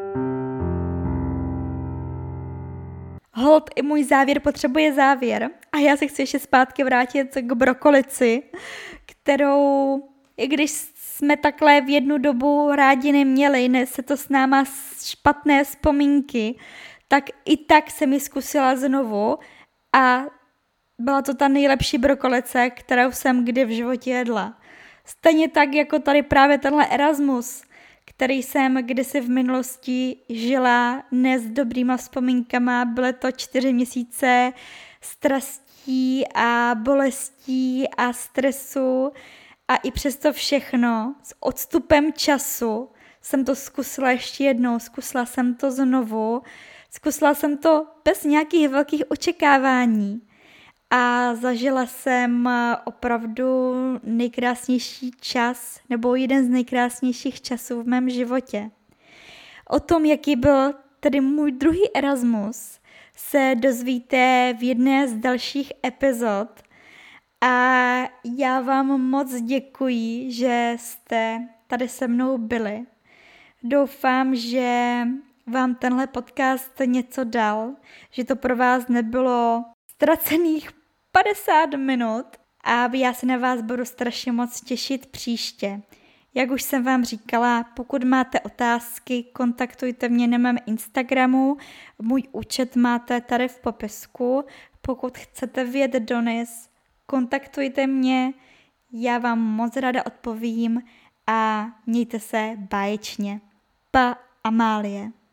Hold, i můj závěr potřebuje závěr a já se chci ještě zpátky vrátit k brokolici, kterou, i když jsme takhle v jednu dobu rádi neměli, ne se to s náma špatné vzpomínky, tak i tak jsem ji zkusila znovu a byla to ta nejlepší brokolice, kterou jsem kdy v životě jedla. Stejně tak jako tady právě tenhle Erasmus, který jsem kdysi v minulosti žila ne s dobrýma vzpomínkama, byly to čtyři měsíce strastí a bolestí a stresu a i přesto všechno s odstupem času jsem to zkusila ještě jednou, zkusila jsem to znovu, zkusila jsem to bez nějakých velkých očekávání a zažila jsem opravdu nejkrásnější čas, nebo jeden z nejkrásnějších časů v mém životě. O tom, jaký byl tedy můj druhý Erasmus, se dozvíte v jedné z dalších epizod a já vám moc děkuji, že jste tady se mnou byli. Doufám, že vám tenhle podcast něco dal, že to pro vás nebylo ztracených padesát minut a já se na vás budu strašně moc těšit příště. Jak už jsem vám říkala, pokud máte otázky, kontaktujte mě na mém Instagramu, můj účet máte tady v popisku. Pokud chcete vjet do Nice, kontaktujte mě, já vám moc ráda odpovím a mějte se báječně. Pa, Amálie.